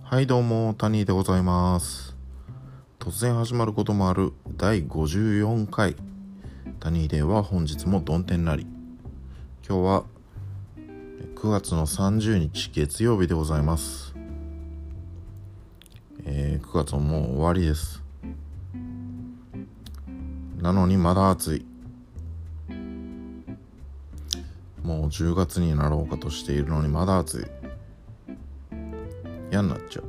はいどうも、タニーでございます。突然始まることもある第54回タニーデーは本日もどん天なり。今日は9月の30日月曜日でございます。9月ももう終わりです。なのにまだ暑い。もう10月になろうかとしているのにまだ暑い。嫌になっちゃう。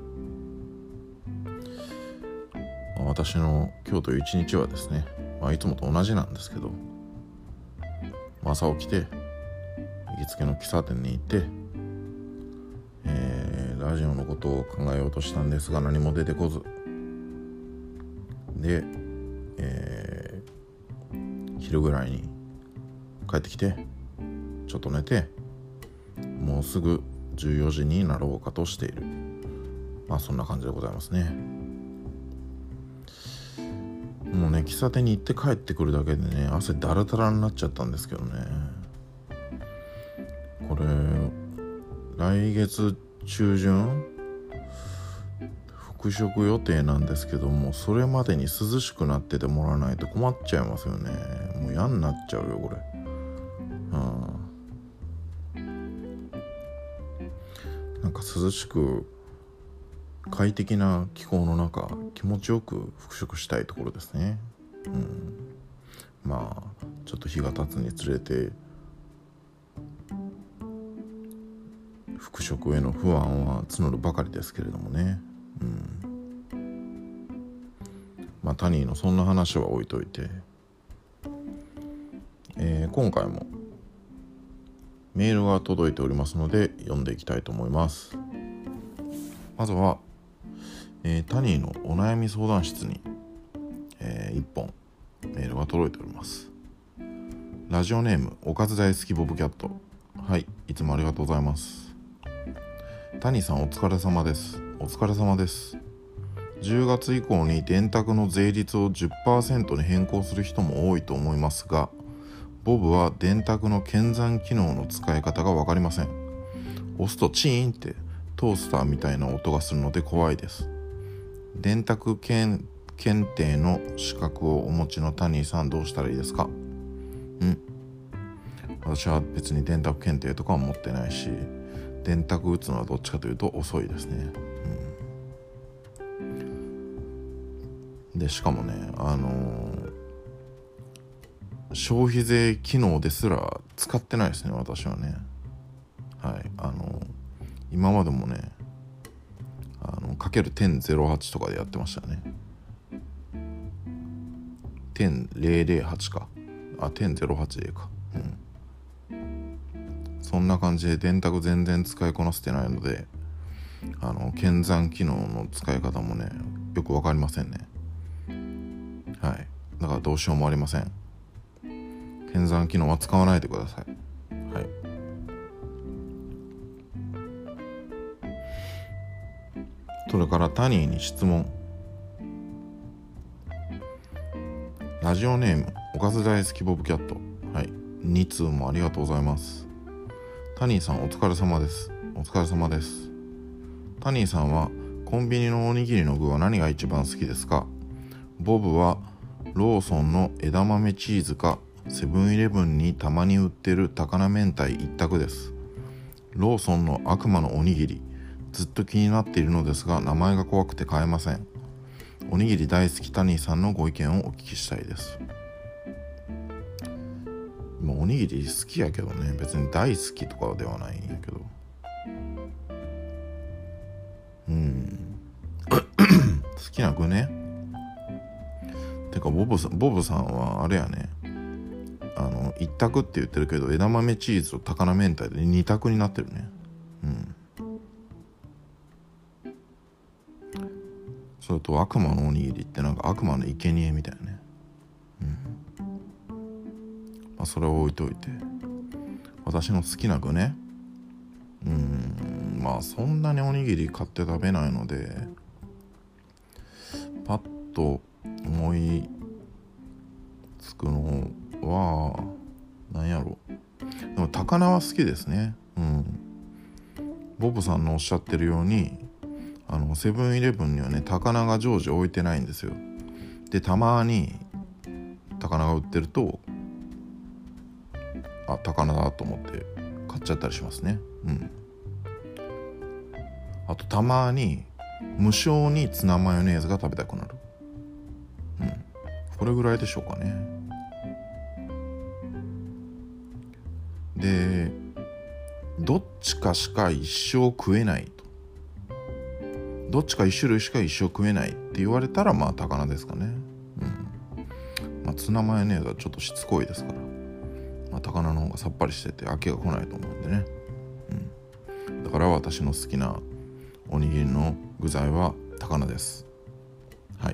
私の今日という一日はですね、いつもと同じなんですけど、朝起きて行きつけの喫茶店に行って、ラジオのことを考えようとしたんですが何も出てこずで、昼ぐらいに帰ってきてちょっと寝て、もうすぐ14時になろうかとしている。そんな感じでございますね。もうね、喫茶店に行って帰ってくるだけでね、汗だらだらになっちゃったんですけどね。これ来月中旬復職予定なんですけども、それまでに涼しくなっててもらわないと困っちゃいますよね。もう嫌になっちゃうよこれ。なんか涼しく快適な気候の中、気持ちよく復職したいところですね。ちょっと日が経つにつれて復職への不安は募るばかりですけれどもね。タニーのそんな話は置いといて、今回もメールが届いておりますので読んでいきたいと思います。まずはタニーのお悩み相談室に、1本メールが届いております。ラジオネームおかず大好きボブキャット。はい、いつもありがとうございます。タニーさんお疲れ様です。お疲れ様です。10月以降に電卓の税率を 10% に変更する人も多いと思いますが、ボブは電卓の検算機能の使い方が分かりません。押すとチーンってトースターみたいな音がするので怖いです。電卓検定の資格をお持ちのタニーさん、どうしたらいいですか？私は別に電卓検定とかは持ってないし、電卓打つのはどっちかというと遅いですね。でしかもね、消費税機能ですら使ってないですね、私はね。今までもね、かける 1008 とかでやってましたね。1008か。1008でか。そんな感じで電卓全然使いこなせてないので、検算機能の使い方もね、よくわかりませんね。だからどうしようもありません。検算機能は使わないでください。それからタニーに質問。ラジオネームおかず大好きボブキャット。2通もありがとうございます。タニーさんお疲れ様です。お疲れ様です。タニーさんはコンビニのおにぎりの具は何が一番好きですか？ボブはローソンの枝豆チーズかセブンイレブンにたまに売ってる高菜明太一択です。ローソンの悪魔のおにぎり、ずっと気になっているのですが名前が怖くて買えません。おにぎり大好きタニーさんのご意見をお聞きしたいです。おにぎり好きやけどね、別に大好きとかではないんやけど、好きな具ね。てかボブさんはあれやね、一択って言ってるけど枝豆チーズと高菜明太で二択になってるね。それと悪魔のおにぎりってなんか悪魔の生贄みたいなね。それを置いといて、私の好きな具ね。そんなにおにぎり買って食べないのでパッと思いつくのは何やろ。でも高菜は好きですね。ボブさんのおっしゃってるようにセブンイレブンにはね高菜が常時置いてないんですよ。でたまに高菜が売ってると高菜だと思って買っちゃったりしますね。あとたまに無性にツナマヨネーズが食べたくなる。これぐらいでしょうかね。でどっちかしか一生食えないと、どっちか一種類しか一生食えないって言われたら高菜ですかね。ツナマヨネーズはちょっとしつこいですから、高菜の方がさっぱりしてて飽きが来ないと思うんでね。だから私の好きなおにぎりの具材は高菜です。はい。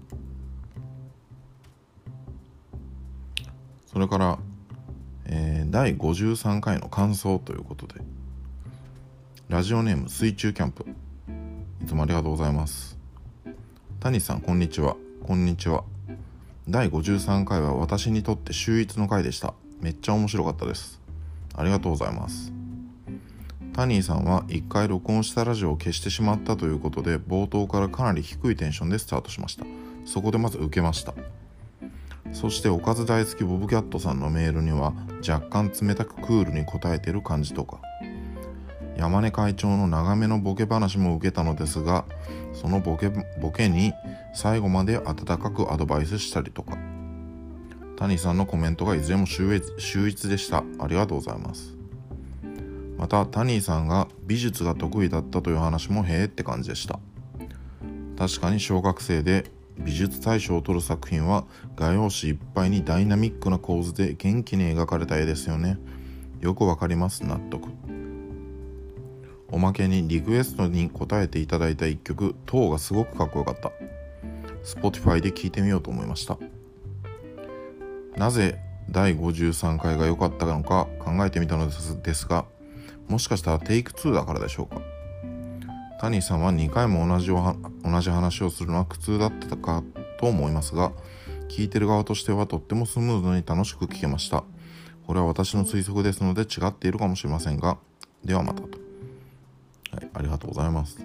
それから、第53回の感想ということで、ラジオネーム水中キャンプ、いつもありがとうございます。谷さんこんにちは。こんにちは。第53回は私にとって秀逸の回でした。めっちゃ面白かったです。ありがとうございます。タニーさんは一回録音したラジオを消してしまったということで、冒頭からかなり低いテンションでスタートしました。そこでまず受けました。そしておかず大好きボブキャットさんのメールには若干冷たくクールに答えている感じとか、山根会長の長めのボケ話も受けたのですが、そのボケに最後まで温かくアドバイスしたりとか、谷さんのコメントがいずれも秀逸でした。ありがとうございます。また谷さんが美術が得意だったという話もへーって感じでした。確かに小学生で美術大賞を取る作品は画用紙いっぱいにダイナミックな構図で元気に描かれた絵ですよね。よくわかります。納得。おまけにリクエストに答えていただいた一曲、TOOがすごくかっこよかった。Spotify で聴いてみようと思いました。なぜ第53回が良かったのか考えてみたのですが、もしかしたらテイク2だからでしょうか。タニーさんは2回も同じ話をするのは苦痛だったかと思いますが、聞いてる側としてはとってもスムーズに楽しく聞けました。これは私の推測ですので違っているかもしれませんが、ではまたと。はい、ありがとうございます。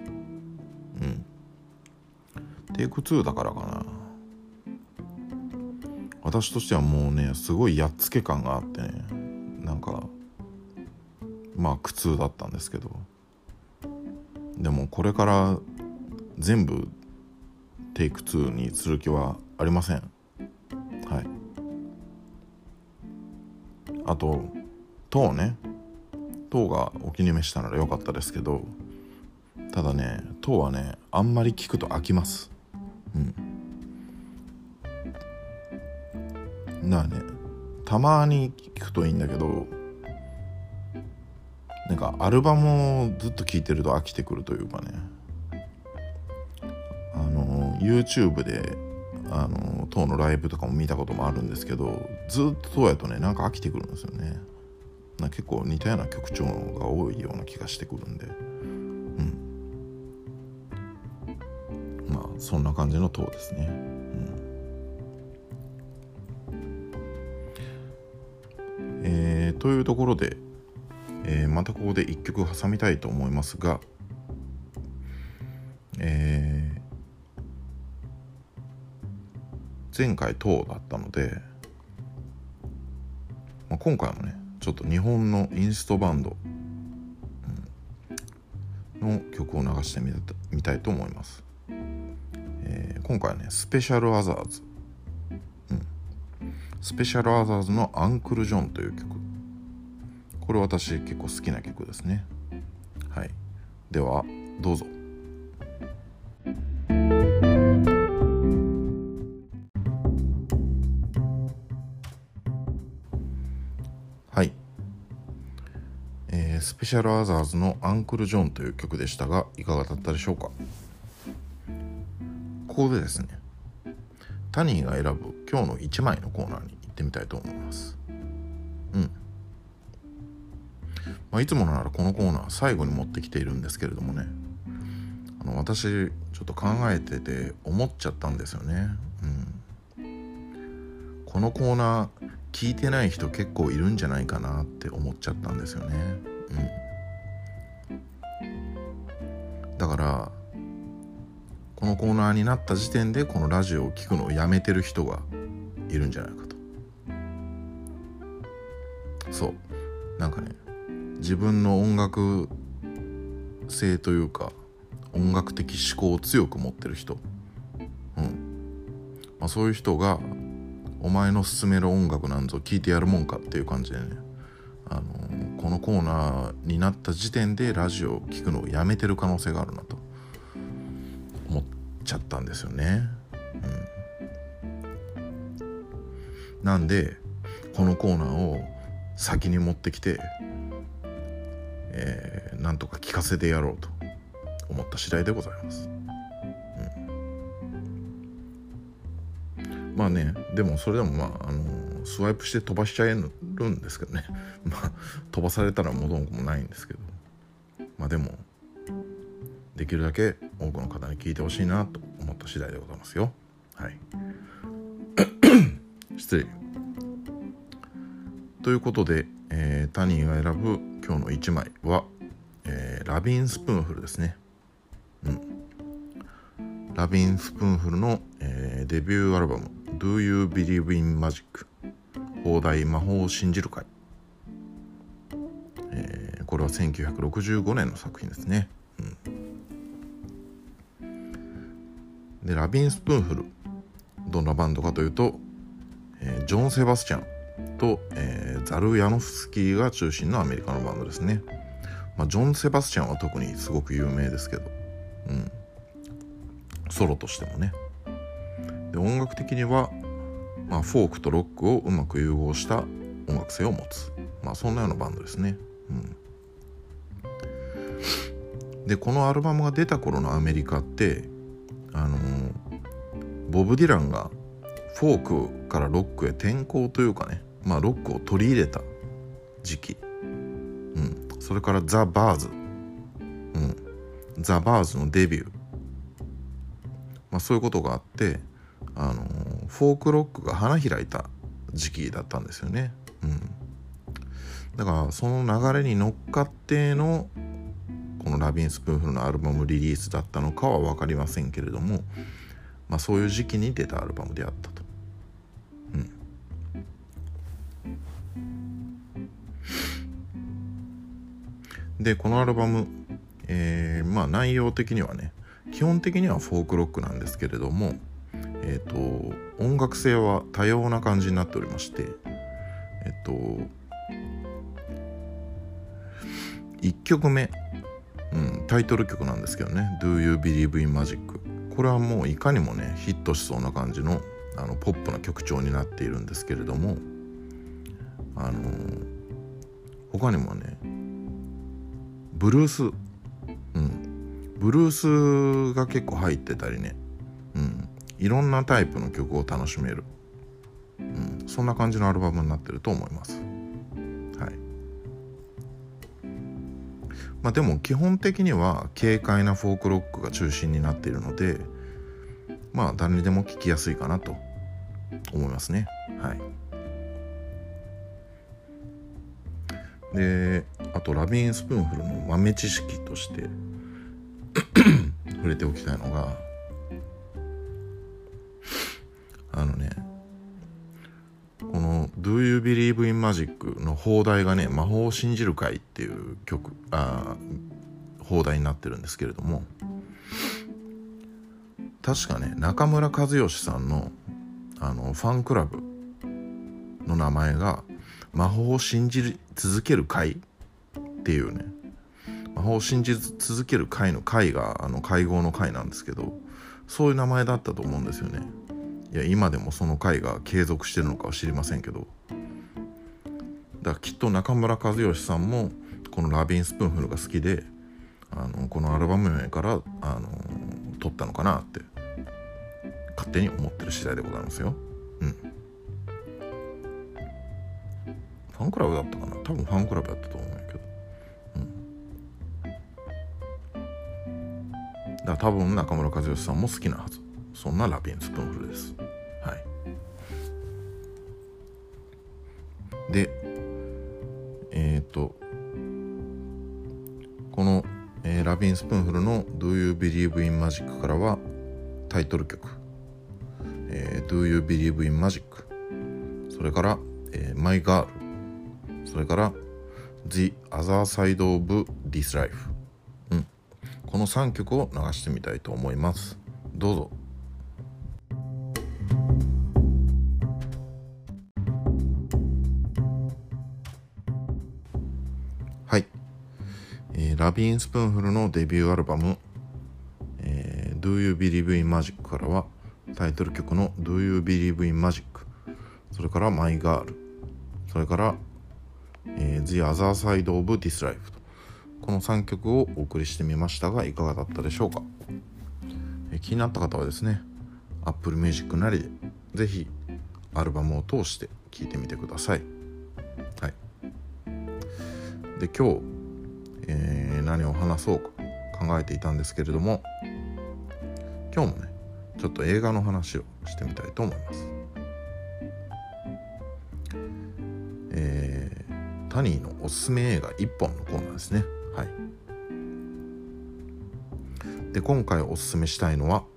テイク2だからかな。私としてはもうね、すごいやっつけ感があってね、なんか苦痛だったんですけど、でもこれから全部テイク2にする気はありません。はい。あとTOOがお気に召したならよかったですけど、ただねTOOはねあんまり聞くと飽きます。たまに聞くといいんだけど、なんかアルバムをずっと聴いてると飽きてくるというかね、YouTube でTOOのライブとかも見たこともあるんですけど、ずっとTOOやとねなんか飽きてくるんですよね。結構似たような曲調が多いような気がしてくるんで、そんな感じのTOOですね。というところで、またここで一曲挟みたいと思いますが、前回TOOだったので、今回もねちょっと日本のインストバンド、の曲を流してみたいと思います。今回はねスペシャルアザーズ、スペシャルアザーズのアンクルジョンという曲、これ私結構好きな曲ですね。はい、ではどうぞ。はい、スペシャルアザーズのアンクルジョンという曲でしたが、いかがだったでしょうか。ここでですね、タニーが選ぶ今日の1枚のコーナーに行ってみたいと思います。いつもならこのコーナー最後に持ってきているんですけれどもね、私ちょっと考えてて思っちゃったんですよね。このコーナー聞いてない人結構いるんじゃないかなって思っちゃったんですよね。だからこのコーナーになった時点でこのラジオを聞くのをやめてる人がいるんじゃないかと。そうなんかね、自分の音楽性というか音楽的思考を強く持ってる人、そういう人がお前の勧める音楽なんぞ聞いてやるもんかっていう感じでね、このコーナーになった時点でラジオを聞くのをやめてる可能性があるなと思っちゃったんですよね。なんでこのコーナーを先に持ってきて、なんとか聞かせてやろうと思った次第でございます。まあね、でもそれでもスワイプして飛ばしちゃえるんですけどね飛ばされたら戻ることもないんですけど、でもできるだけ多くの方に聞いてほしいなと思った次第でございますよ。はい失礼ということで、タニーが選ぶ今日の1枚は、ラビン・スプーンフルですね。ラビン・スプーンフルの、デビューアルバム Do You Believe in Magic 放題魔法を信じる会、これは1965年の作品ですね。でラビン・スプーンフルどんなバンドかというと、ジョン・セバスチャンと、ザル・ヤノフスキーが中心のアメリカのバンドですね。ジョン・セバスチャンは特にすごく有名ですけど、ソロとしてもね。で音楽的には、フォークとロックをうまく融合した音楽性を持つ、そんなようなバンドですね。でこのアルバムが出た頃のアメリカってボブ・ディランがフォークからロックへ転向というかね、ロックを取り入れた時期、それからザ・バーズ、ザ・バーズのデビュー、そういうことがあってフォークロックが花開いた時期だったんですよね。だからその流れに乗っかってのこのラビン・スプーンフルのアルバムリリースだったのかは分かりませんけれども、そういう時期に出たアルバムであったと。でこのアルバム、内容的にはね基本的にはフォークロックなんですけれども、音楽性は多様な感じになっておりまして、1曲目、タイトル曲なんですけどね Do You Believe in Magic、 これはもういかにもねヒットしそうな感じのポップな曲調になっているんですけれども、他にもねブルース、ブルースが結構入ってたりね、いろんなタイプの曲を楽しめる、そんな感じのアルバムになってると思います。でも基本的には軽快なフォークロックが中心になっているので、誰にでも聴きやすいかなと思いますね。であとラビン・スプーンフルの豆知識として触れておきたいのがこの Do You Believe in Magic の放題がね魔法を信じる会っていう放題になってるんですけれども、確かね中村和義さんのファンクラブの名前が魔法を信じ続ける会っていうね、魔法を信じ続ける会の会が会合の会なんですけど、そういう名前だったと思うんですよね。いや今でもその会が継続してるのかは知りませんけど、だからきっと中村和義さんもこのラビン・スプーンフルが好きでこのアルバム名から撮ったのかなって勝手に思ってる次第でございますよ。ファンクラブだったかな、多分ファンクラブだったと思うんやけど、だから多分中村和義さんも好きなはず、そんなラビン・スプーンフルです。でこの、ラビン・スプーンフルの Do You Believe in Magic からは、 タイトル曲、Do You Believe in Magic、 それから、My Girl、 それから The Other Side of This Life、この3曲を流してみたいと思います。どうぞ。はい、ラビーンスプーンフルのデビューアルバム、Do You Believe in Magic からはタイトル曲の Do You Believe in Magic、 それから My Girl、 それから、The Other Side of This Life、 この3曲をお送りしてみましたがいかがだったでしょうか。気になった方はですね Apple Music なりでぜひアルバムを通して聴いてみてください。はい。で今日、何を話そうか考えていたんですけれども、今日もねちょっと映画の話をしてみたいと思います。タニーのおすすめ映画1本のコーナーですね。はい。で今回おすすめしたいのは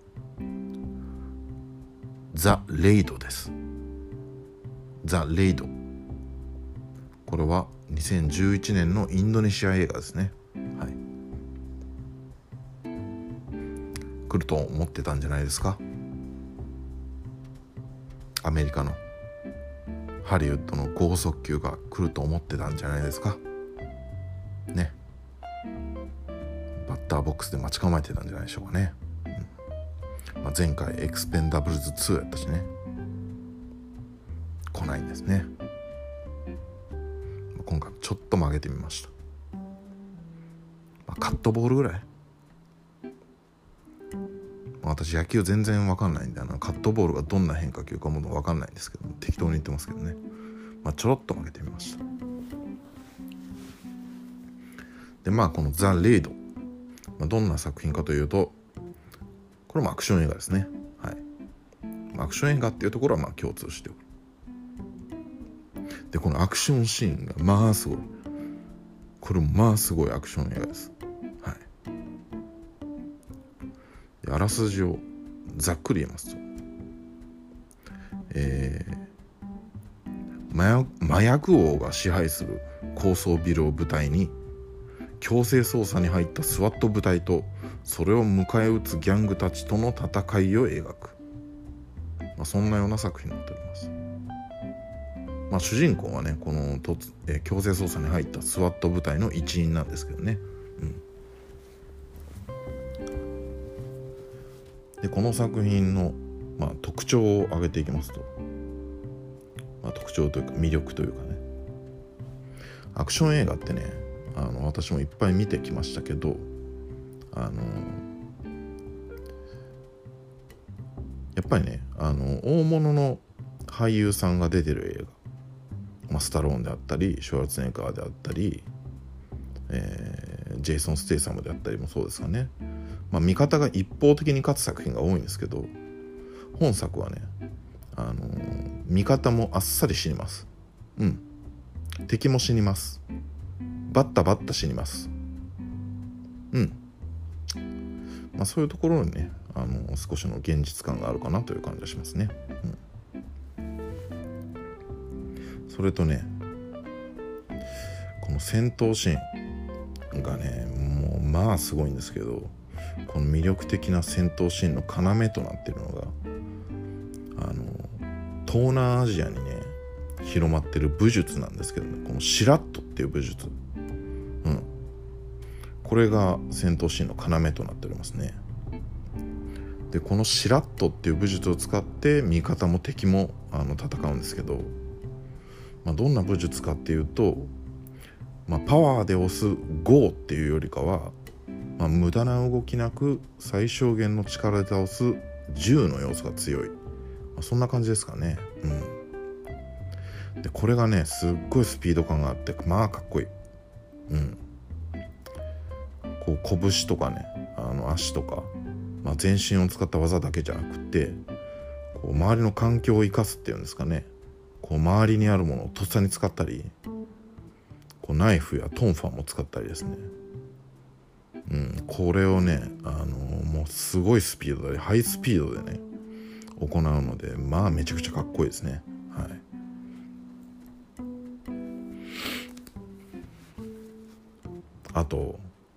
ザ・レイドです。ザ・レイド、これは2011年のインドネシア映画ですね。はい。来ると思ってたんじゃないですか。アメリカのハリウッドの剛速球が来ると思ってたんじゃないですかね。バッターボックスで待ち構えてたんじゃないでしょうかね。前回エクスペンダブルズ2やったしね、来ないんですね。今回ちょっと曲げてみました。カットボールぐらい、私野球全然分かんないんでカットボールがどんな変化球かも分かんないんですけど、適当に言ってますけどね、ちょろっと曲げてみました。でこのザ・レイド、どんな作品かというと、これもアクション映画ですね。はい。アクション映画っていうところは共通しておる。でこのアクションシーンがすごい、これもすごいアクション映画です。はい。であらすじをざっくり言いますと、麻薬王が支配する高層ビルを舞台に強制捜査に入ったスワット部隊とそれを迎え撃つギャングたちとの戦いを描く、そんなような作品になっております。主人公はねこの強制捜査に入ったスワット部隊の一員なんですけどね、でこの作品の、特徴を挙げていきますと、特徴というか魅力というかね、アクション映画ってね私もいっぱい見てきましたけど、やっぱりね大物の俳優さんが出てる映画、スタローンであったりシュワルツェネッガーであったり、ジェイソン・ステイサムであったりもそうですかね、見方が一方的に勝つ作品が多いんですけど、本作はね見方もあっさり死にます。敵も死にます。バッタ死にます。そういうところにね少しの現実感があるかなという感じがしますね。それとねこの戦闘シーンがねもうすごいんですけど、この魅力的な戦闘シーンの要となっているのが東南アジアにね広まってる武術なんですけどね、このシラットっていう武術、これが戦闘シーンの要となっておりますね。でこのシラットっていう武術を使って味方も敵も戦うんですけど、どんな武術かっていうと、パワーで押すゴーっていうよりかは、無駄な動きなく最小限の力で倒す銃の要素が強い、そんな感じですかね。でこれがねすっごいスピード感があってかっこいい。こう拳とかね足とか、全身を使った技だけじゃなくてこう周りの環境を生かすっていうんですかね、こう周りにあるものをとっさに使ったり、こうナイフやトンファンも使ったりですね、これをねもうすごいスピードでハイスピードでね行うので、まあめちゃくちゃかっこいいですね。はい。あと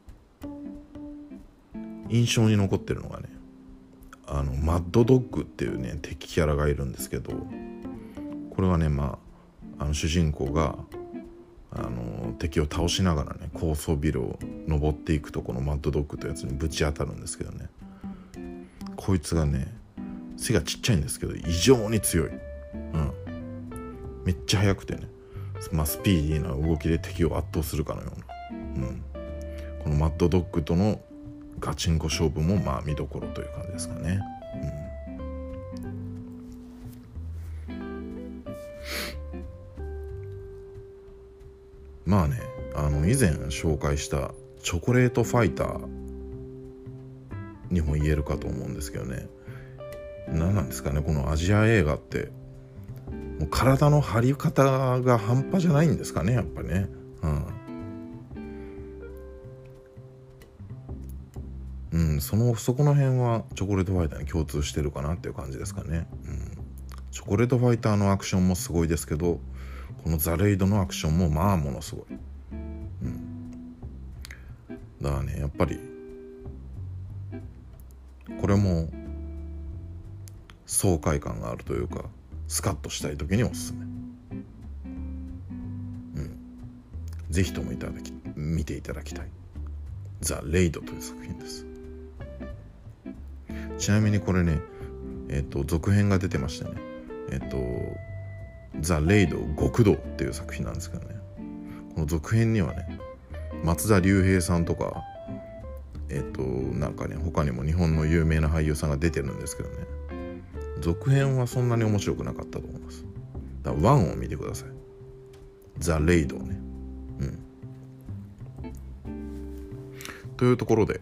印象に残ってるのがね、マッドドッグっていうね敵キャラがいるんですけど、これはね主人公が敵を倒しながらね高層ビルを登っていくとこのマッドドッグというやつにぶち当たるんですけどね、こいつがね背がちっちゃいんですけど異常に強い、めっちゃ速くてね、スピーディーな動きで敵を圧倒するかのような、このマッドドッグとのガチンコ勝負も見どころという感じですかね。以前紹介したチョコレートファイターにも言えるかと思うんですけどね、何なんですかね、このアジア映画ってもう体の張り方が半端じゃないんですかね、やっぱりね。そこの辺はチョコレートファイターに共通してるかなっていう感じですかね。チョコレートファイターのアクションもすごいですけど、このザ・レイドのアクションもものすごい。だからね、やっぱりこれも爽快感があるというか、スカッとしたい時におすすめ。ぜひとも見ていただきたいザ・レイドという作品です。ちなみにこれね、続編が出てましてね、ザ・レイド極道っていう作品なんですけどね、この続編にはね松田龍平さんとか他にも日本の有名な俳優さんが出てるんですけどね、続編はそんなに面白くなかったと思います。だから1を見てください、ザ・レイドをね。というところで、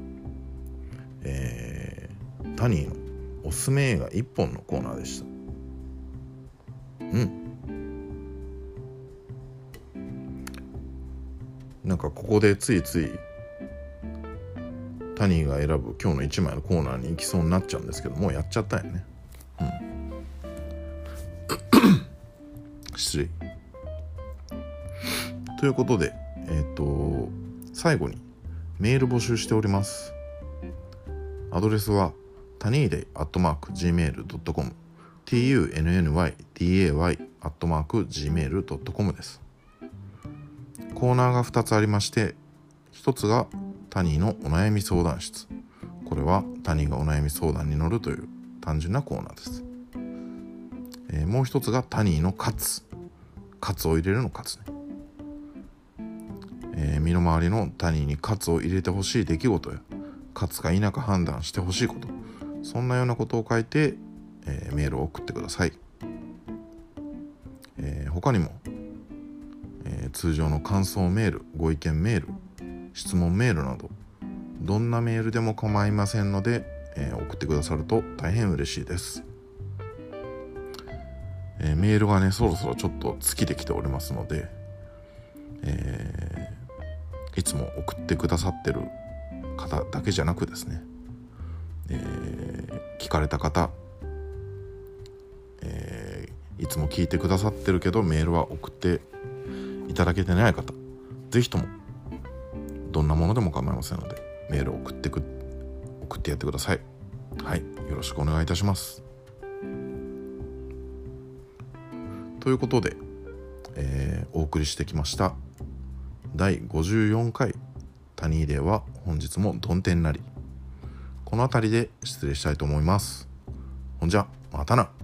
タニーのおすすめ映画1本のコーナーでした。ここでついついタニーが選ぶ今日の1枚のコーナーに行きそうになっちゃうんですけど、もうやっちゃったよね。失礼。ということで、最後にメール募集しております。アドレスはタニーデイ@gmail.com tunnyday@gmail.com です。コーナーが2つありまして、1つがタニーのお悩み相談室。これはタニーがお悩み相談に乗るという単純なコーナーです。もう1つがタニーのカツを入れるのカツね。身の回りのタニーにカツを入れてほしい出来事やカツか否か判断してほしいこと、そんなようなことを書いて、メールを送ってください。他にも、通常の感想メール、ご意見メール、質問メールなどどんなメールでも構いませんので、送ってくださると大変嬉しいです。メールがねそろそろちょっと尽きてきておりますので、いつも送ってくださってる方だけじゃなくですね、聞かれた方、いつも聞いてくださってるけどメールは送っていただけてない方、ぜひともどんなものでも構いませんのでメールを送ってやってください。はい、よろしくお願いいたします。ということで、お送りしてきました第54回タニーデーは本日もどん天なり、この辺りで失礼したいと思います。ほんじゃまたな。